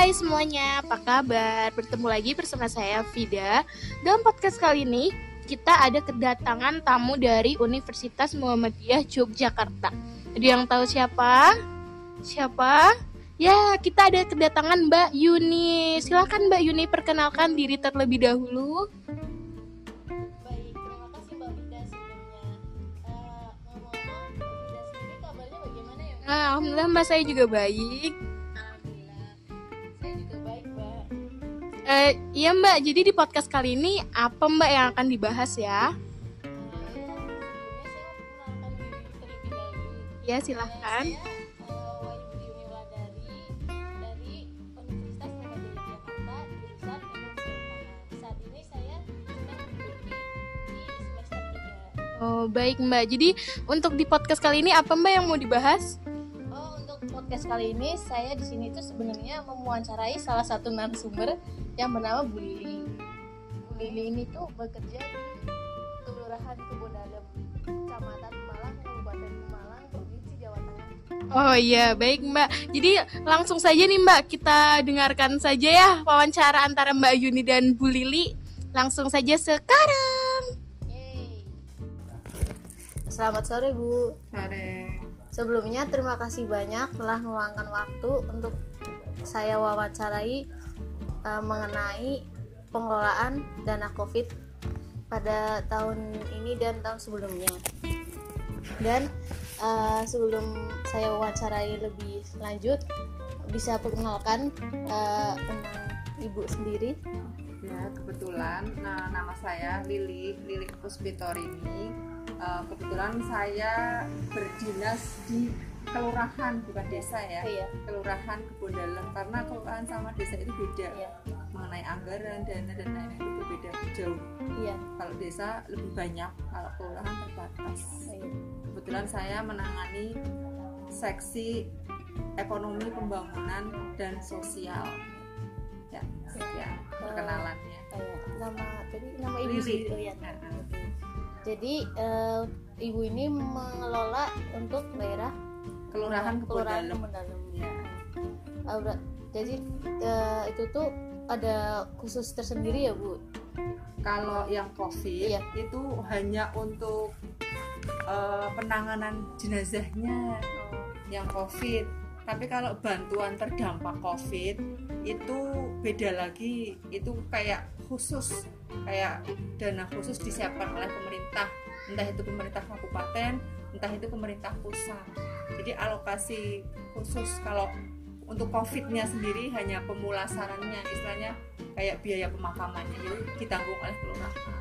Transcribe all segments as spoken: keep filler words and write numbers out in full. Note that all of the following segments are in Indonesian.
Hai semuanya, apa kabar? Bertemu lagi bersama saya Vida. Dalam podcast kali ini kita ada kedatangan tamu dari Universitas Muhammadiyah Yogyakarta. Ada yang tahu siapa? Siapa? Ya, kita ada kedatangan Mbak Yuni. Silakan Mbak Yuni perkenalkan diri terlebih dahulu. Baik, terima kasih Mbak Vida sebelumnya. Uh, ngomong-ngomong, Mbak Vida sendiri kabarnya bagaimana ya? Mbak? Nah, alhamdulillah Mbak, saya juga baik. Alhamdulillah, saya juga baik Mbak. Eh, iya Mbak, jadi di podcast kali ini apa Mbak yang akan dibahas ya? Uh, ya, sebelumnya saya mau mengenalkan diri terlebih dahulu. Ya, silahkan. Saya uh, Wahyu Budi Uniwardari dari Universitas Muhammadiyah Yogyakarta, jurusan Ilmu Pemerintahan. Saat ini saya sedang menduduki di semester tiga. Oh, baik Mbak. Jadi untuk di podcast kali ini apa Mbak yang mau dibahas? Oh, untuk podcast kali ini saya di sini tuh sebenarnya mewawancarai salah satu narasumber yang bernama Bu Lili. Bu Lili ini tuh bekerja di Kelurahan Kebondalem, Kecamatan Pemalang, Kabupaten Pemalang, Provinsi Jawa Tengah. Oh iya, baik Mbak. Jadi langsung saja nih Mbak, kita dengarkan saja ya wawancara antara Mbak Yuni dan Bu Lili. Langsung saja sekarang. Yeay. Selamat sore Bu. Sore. Sebelumnya terima kasih banyak telah meluangkan waktu untuk saya wawancarai uh, mengenai pengelolaan dana COVID pada tahun ini dan tahun sebelumnya. Dan uh, sebelum saya wawancarai lebih lanjut, bisa perkenalkan uh, tentang Ibu sendiri. Ya, kebetulan nah, nama saya Lili, Lili Puspitorini. Uh, kebetulan saya berdinas di kelurahan, bukan desa ya. Iya. Kelurahan Kebondalem, karena kelurahan sama desa itu beda. Iya. Mengenai anggaran, dana dan lain-lain itu berbeda jauh. Iya. Kalau desa lebih banyak, kalau kelurahan terbatas. Iya. Kebetulan saya menangani seksi ekonomi, pembangunan dan sosial. Ya, sekian perkenalannya. Uh, nama tadi nama Ibu Lili. sendiri. Oh, ya. Nah, Jadi uh, Ibu ini mengelola untuk daerah Kelurahan Kelurahan Kebondalem. Kebondalem. Ya. Uh, ber- jadi uh, itu tuh ada khusus tersendiri ya Bu? Kalau yang COVID Iya. itu hanya untuk uh, penanganan jenazahnya yang COVID. Tapi kalau bantuan terdampak COVID itu beda lagi, itu kayak khusus, kayak dana khusus disiapkan oleh pemerintah, entah itu pemerintah kabupaten, entah itu pemerintah pusat. Jadi alokasi khusus kalau untuk COVID-nya sendiri hanya pemulasarannya, istilahnya kayak biaya pemakamannya, jadi ditanggung oleh kelurahan.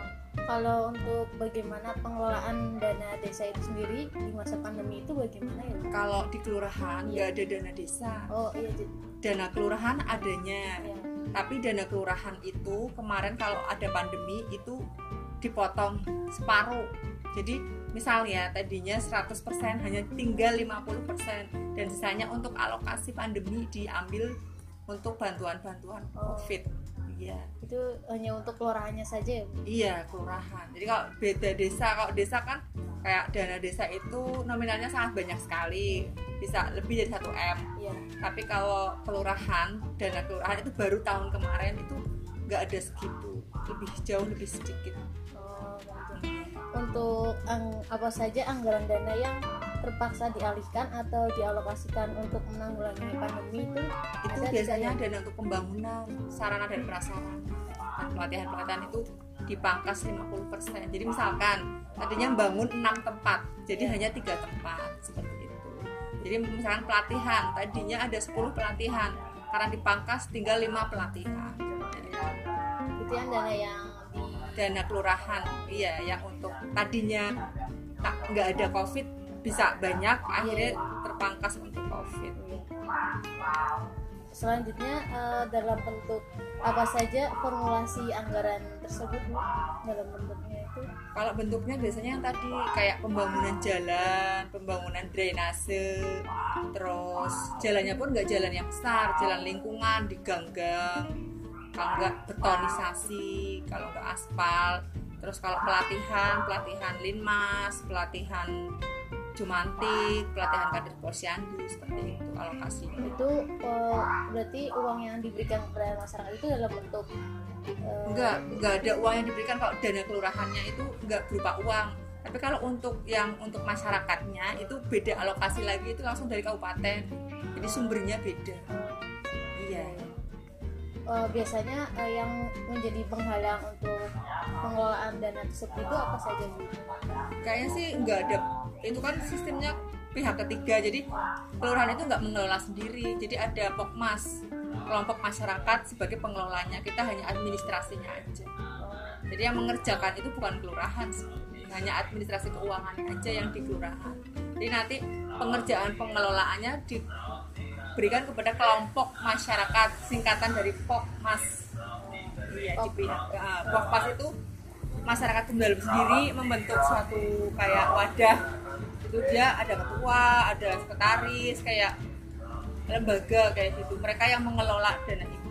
Kalau untuk bagaimana pengelolaan dana desa itu sendiri di masa pandemi itu bagaimana ya Bu? Kalau di kelurahan nggak Iya. ada dana desa, Oh iya, jadi dana kelurahan adanya. ya. Tapi dana kelurahan itu kemarin kalau ada pandemi itu dipotong separuh. Jadi misalnya tadinya seratus persen hanya tinggal lima puluh persen dan sisanya untuk alokasi pandemi diambil untuk bantuan-bantuan COVID. Iya. Itu hanya untuk kelurahannya saja ya Bu? Iya, kelurahan. Jadi kalau beda desa, kalau desa kan kayak dana desa itu nominalnya sangat banyak sekali. Bisa lebih dari satu M. Iya. Tapi kalau kelurahan, dana kelurahan itu baru tahun kemarin itu nggak ada segitu, lebih jauh lebih sedikit. Oh, gitu. Untuk ang- apa saja anggaran dana yang terpaksa dialihkan atau dialokasikan untuk menanggulangi pandemi itu? Itu Ada biasanya tidak? dana untuk pembangunan sarana dan prasarana dan pelatihan-pelatihan itu dipangkas lima puluh persen. Jadi misalkan tadinya bangun enam tempat, jadi Ya. hanya tiga tempat seperti itu. Jadi misalkan pelatihan tadinya ada sepuluh pelatihan, karena dipangkas tinggal lima pelatihan. Jadi, Itu yang dana yang di dana kelurahan, iya, yang untuk tadinya tak nggak ada COVID bisa banyak, akhirnya terpangkas untuk COVID. selanjutnya eh, dalam bentuk apa saja formulasi anggaran tersebut Bu? Dalam bentuknya itu Kalau bentuknya biasanya yang tadi kayak pembangunan jalan, pembangunan drainase, terus jalannya pun nggak jalan yang besar, jalan lingkungan di gang-gang, kalau nggak betonisasi, kalau nggak aspal. Terus kalau pelatihan, pelatihan linmas, pelatihan Jumantik, pelatihan kader posyandu, seperti itu alokasinya. Itu uh, berarti uang yang diberikan kepada masyarakat itu dalam bentuk uh, enggak, enggak ada uang yang diberikan. Kalau dana kelurahannya itu enggak berupa uang. Tapi kalau untuk yang untuk masyarakatnya itu beda alokasi lagi, itu langsung dari kabupaten. Jadi sumbernya beda. Iya. Uh, biasanya uh, yang menjadi penghalang untuk pengelolaan dana tersebut itu apa saja, Bu? Kayaknya sih enggak ada. Itu kan sistemnya pihak ketiga, jadi kelurahan itu enggak mengelola sendiri. Jadi ada Pokmas, kelompok masyarakat sebagai pengelolanya. Kita hanya administrasinya aja. Jadi yang mengerjakan itu bukan kelurahan sih. Hanya administrasi keuangan aja yang di kelurahan. Jadi nanti pengerjaan pengelolaannya diberikan kepada kelompok masyarakat, singkatan dari Pokmas. Iya, di pihak uh, Pokmas itu masyarakat Gendal sendiri membentuk suatu kayak wadah. Itu dia ada ketua, ada sekretaris, kayak lembaga kayak gitu. Mereka yang mengelola dana itu.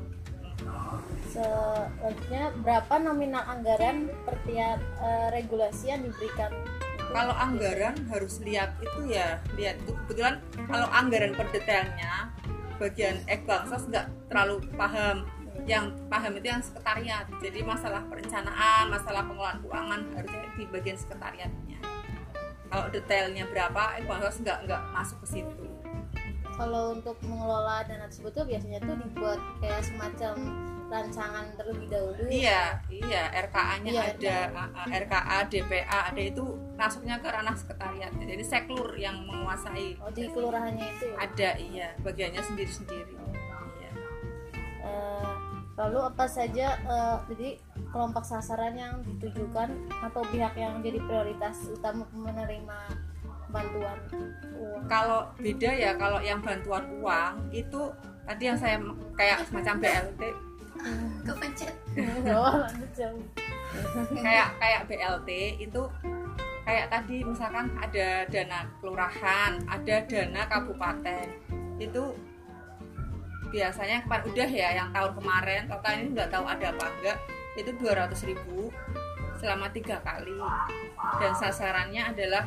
Selanjutnya, berapa nominal anggaran per tiap uh, regulasi yang diberikan? Kalau anggaran harus lihat itu ya, lihat itu kebetulan kalau anggaran per detailnya bagian Ekbangsos nggak terlalu paham. Yang paham itu yang sekretariat. Jadi masalah perencanaan, masalah pengelolaan keuangan harusnya di bagian sekretariatnya. Kalau detailnya berapa, Ekbangsos nggak nggak masuk ke situ. Kalau untuk mengelola dana tersebut tuh biasanya tuh dibuat kayak semacam rancangan terlebih dahulu. Iya, iya, R K A-nya iya, ada, R K A, D P A ada, itu masuknya ke ranah sekretariat. Jadi seklur yang menguasai. Oh, di kelurahannya itu ya? Ada, iya, bagiannya sendiri-sendiri. Iya. Uh, lalu apa saja uh, jadi kelompok sasaran yang ditujukan atau pihak yang jadi prioritas utama menerima bantuan uang? Kalau beda ya, kalau yang bantuan uang itu tadi yang saya kayak semacam B L T. Kepencet. kayak kayak B L T itu kayak tadi misalkan ada dana kelurahan, ada dana kabupaten. Itu biasanya kemarin udah ya, yang tahun kemarin, kalau tahun ini nggak tahu ada apa enggak, itu dua ratus ribu selama tiga kali. Dan sasarannya adalah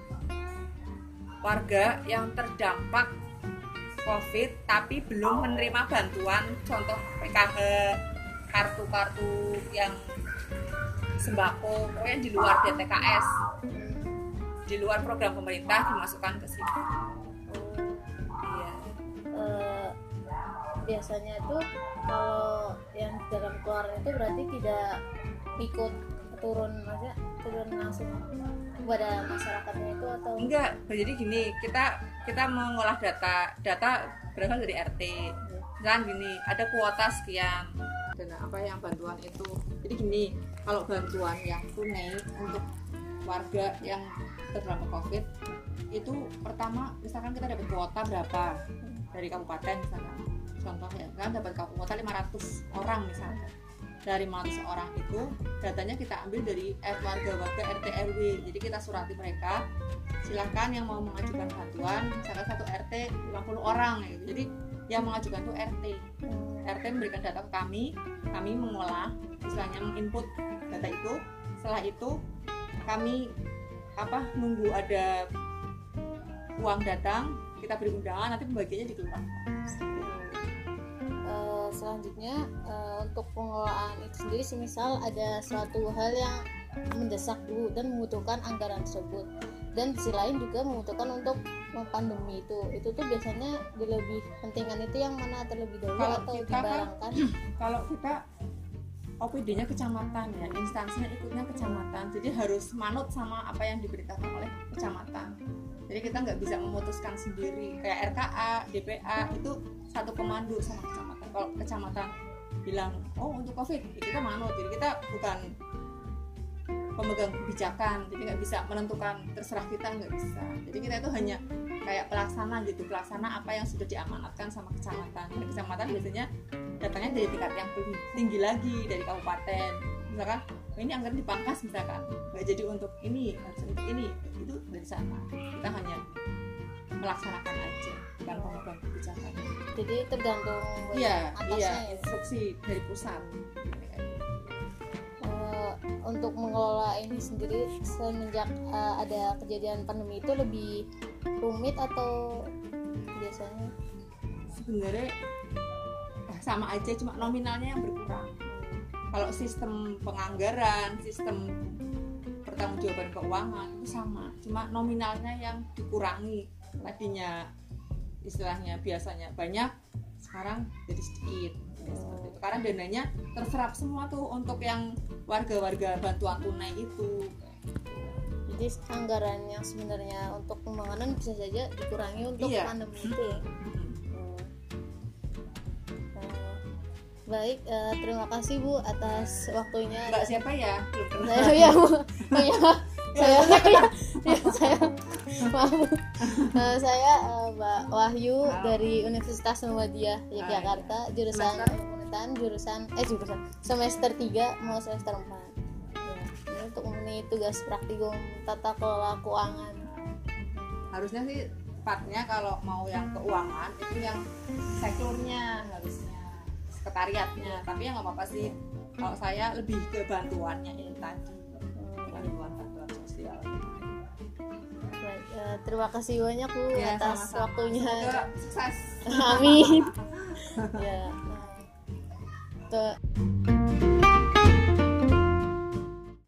warga yang terdampak COVID tapi belum menerima bantuan, contoh P K H, kartu-kartu yang sembako, pokoknya di luar D T K S, di luar program pemerintah dimasukkan ke sini. Iya. Uh, biasanya tuh kalau yang dalam keluar itu berarti tidak ikut turun, maksudnya turun langsung kepada masyarakatnya itu atau enggak? Jadi gini, kita kita mengolah data data berasal dari R T. Misalkan gini, ada kuota sekian dana apa yang bantuan itu. Jadi gini, kalau bantuan yang tunai untuk warga yang terdampak COVID itu pertama misalkan kita dapat kuota berapa dari kabupaten misalkan. Contoh ya, kan dapat kuota lima ratus orang misalnya. Dari lima ratus orang itu datanya kita ambil dari warga-warga R T R W. Jadi kita surati mereka, silahkan yang mau mengajukan bantuan, misalkan satu R T lima puluh orang gitu. Jadi yang mengajukan itu R T. R T memberikan data ke kami, kami mengolah, istilahnya menginput data itu. Setelah itu kami apa nunggu ada uang datang, kita beri undangan, nanti pembagiannya di kelurahan. Uh, selanjutnya uh, untuk pengelolaan itu sendiri, semisal ada suatu hal yang mendesak dulu dan membutuhkan anggaran tersebut, dan di sisi lain juga membutuhkan untuk pandemi itu, itu tuh biasanya dilebih pentingan itu yang mana terlebih dahulu kalau atau kita dibarengkan? Kan, kalau kita O P D-nya kecamatan ya, instansinya ikutnya kecamatan, jadi harus manut sama apa yang diberitakan oleh kecamatan. Jadi kita nggak bisa memutuskan sendiri, kayak R K A, D P A itu satu komando sama kecamatan. Kalau kecamatan bilang, oh untuk COVID, ya kita manut. Jadi kita bukan pemegang kebijakan, jadi nggak bisa menentukan terserah kita, nggak bisa. Jadi kita itu hanya kayak pelaksana gitu, pelaksana apa yang sudah diamanatkan sama kecamatan. Dari kecamatan biasanya datangnya dari tingkat yang lebih tinggi lagi, dari kabupaten. Misalkan, oh ini anggaran dipangkas misalkan, nggak jadi untuk ini, harus untuk ini, itu dari sana. Kita hanya melaksanakan aja, bukan pemegang kebijakan. Jadi tergantung iya, atasnya iya, ya. instruksi dari pusat. Uh, untuk mengelola ini sendiri semenjak uh, ada kejadian pandemi itu lebih rumit atau biasanya? Sebenarnya ya sama aja, cuma nominalnya yang berkurang. Kalau sistem penganggaran, sistem pertanggungjawaban keuangan itu sama, cuma nominalnya yang dikurangi. Tadinya istilahnya biasanya banyak, sekarang jadi sedikit. Ya, seperti itu. Karena dananya terserap semua tuh untuk yang warga-warga bantuan tunai itu. Jadi anggaran yang sebenarnya untuk pembangunan bisa saja dikurangi untuk iya. pandemi itu ya. Baik, uh, terima kasih Bu atas waktunya. Mbak siapa ya? Belum kenal. Saya ya Bu. Ya, saya ya, ya, saya maaf. Uh, saya uh, Mbak Wahyu Halo. dari Universitas Muhammadiyah Yogyakarta, jurusan pemerintahan, jurusan eh jurusan semester tiga mau semester empat. Ya, ini untuk memenuhi tugas praktikum tata kelola keuangan. Harusnya sih partnya kalau mau yang keuangan itu yang sekurnya harusnya, sekretariatnya, tapi ya nggak apa-apa sih. Kalau saya lebih ke bantuannya ini tadi, bantuan bantuan sosial. Baik, uh, terima kasih banyak Bu Ya, atas sama-sama. waktunya. Semoga sukses. Amin. Ya. Nah, tuh.